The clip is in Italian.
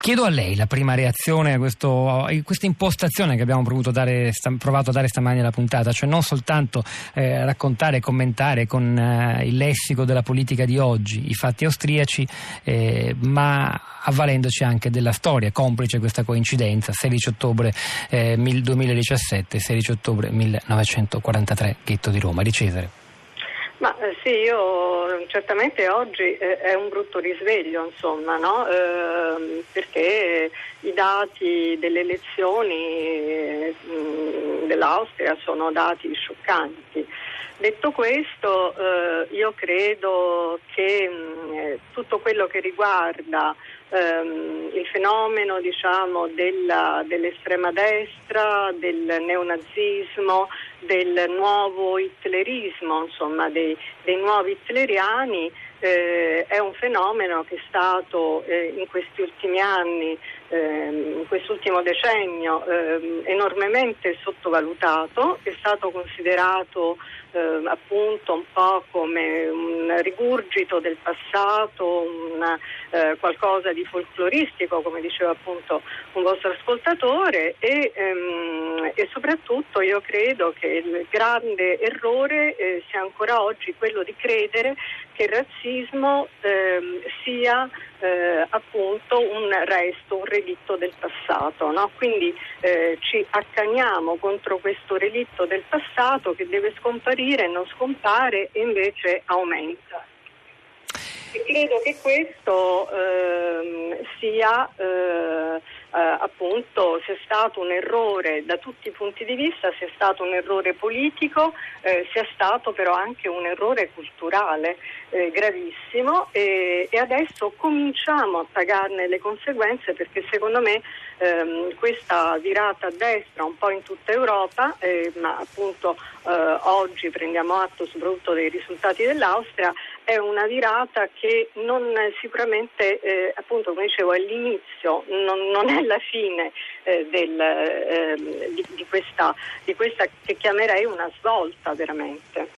Chiedo a lei la prima reazione a questa impostazione che abbiamo provato a dare stamani alla puntata, cioè non soltanto raccontare e commentare con il lessico della politica di oggi i fatti austriaci, ma avvalendoci anche della storia, complice questa coincidenza, 16 ottobre 2017, 16 ottobre 1943, ghetto di Roma. Di Cesare. Ma sì, io certamente oggi è un brutto risveglio, insomma, no? Perché i dati delle elezioni dell'Austria sono dati scioccanti. Detto questo, io credo che tutto quello che riguarda il fenomeno, diciamo, dell'estrema destra, del neonazismo, del nuovo hitlerismo, insomma dei nuovi hitleriani, è un fenomeno che è stato in questi ultimi anni, in quest'ultimo decennio, enormemente sottovalutato, è stato considerato appunto un po' come un rigurgito del passato, qualcosa di folcloristico, come diceva appunto un vostro ascoltatore, e soprattutto io credo che il grande errore sia ancora oggi quello di credere che il razzismo sia appunto un resto, un relitto del passato, no? Quindi ci accaniamo contro questo relitto del passato che deve scomparire, non scompare e invece aumenta. E credo che questo sia appunto, sia stato un errore da tutti i punti di vista, sia stato un errore politico, sia stato però anche un errore culturale gravissimo, e adesso cominciamo a pagarne le conseguenze, perché secondo me questa virata a destra un po' in tutta Europa, ma appunto oggi prendiamo atto soprattutto dei risultati dell'Austria, è una virata che non sicuramente, appunto come dicevo, è l'inizio, non è la fine di questa che chiamerei una svolta veramente.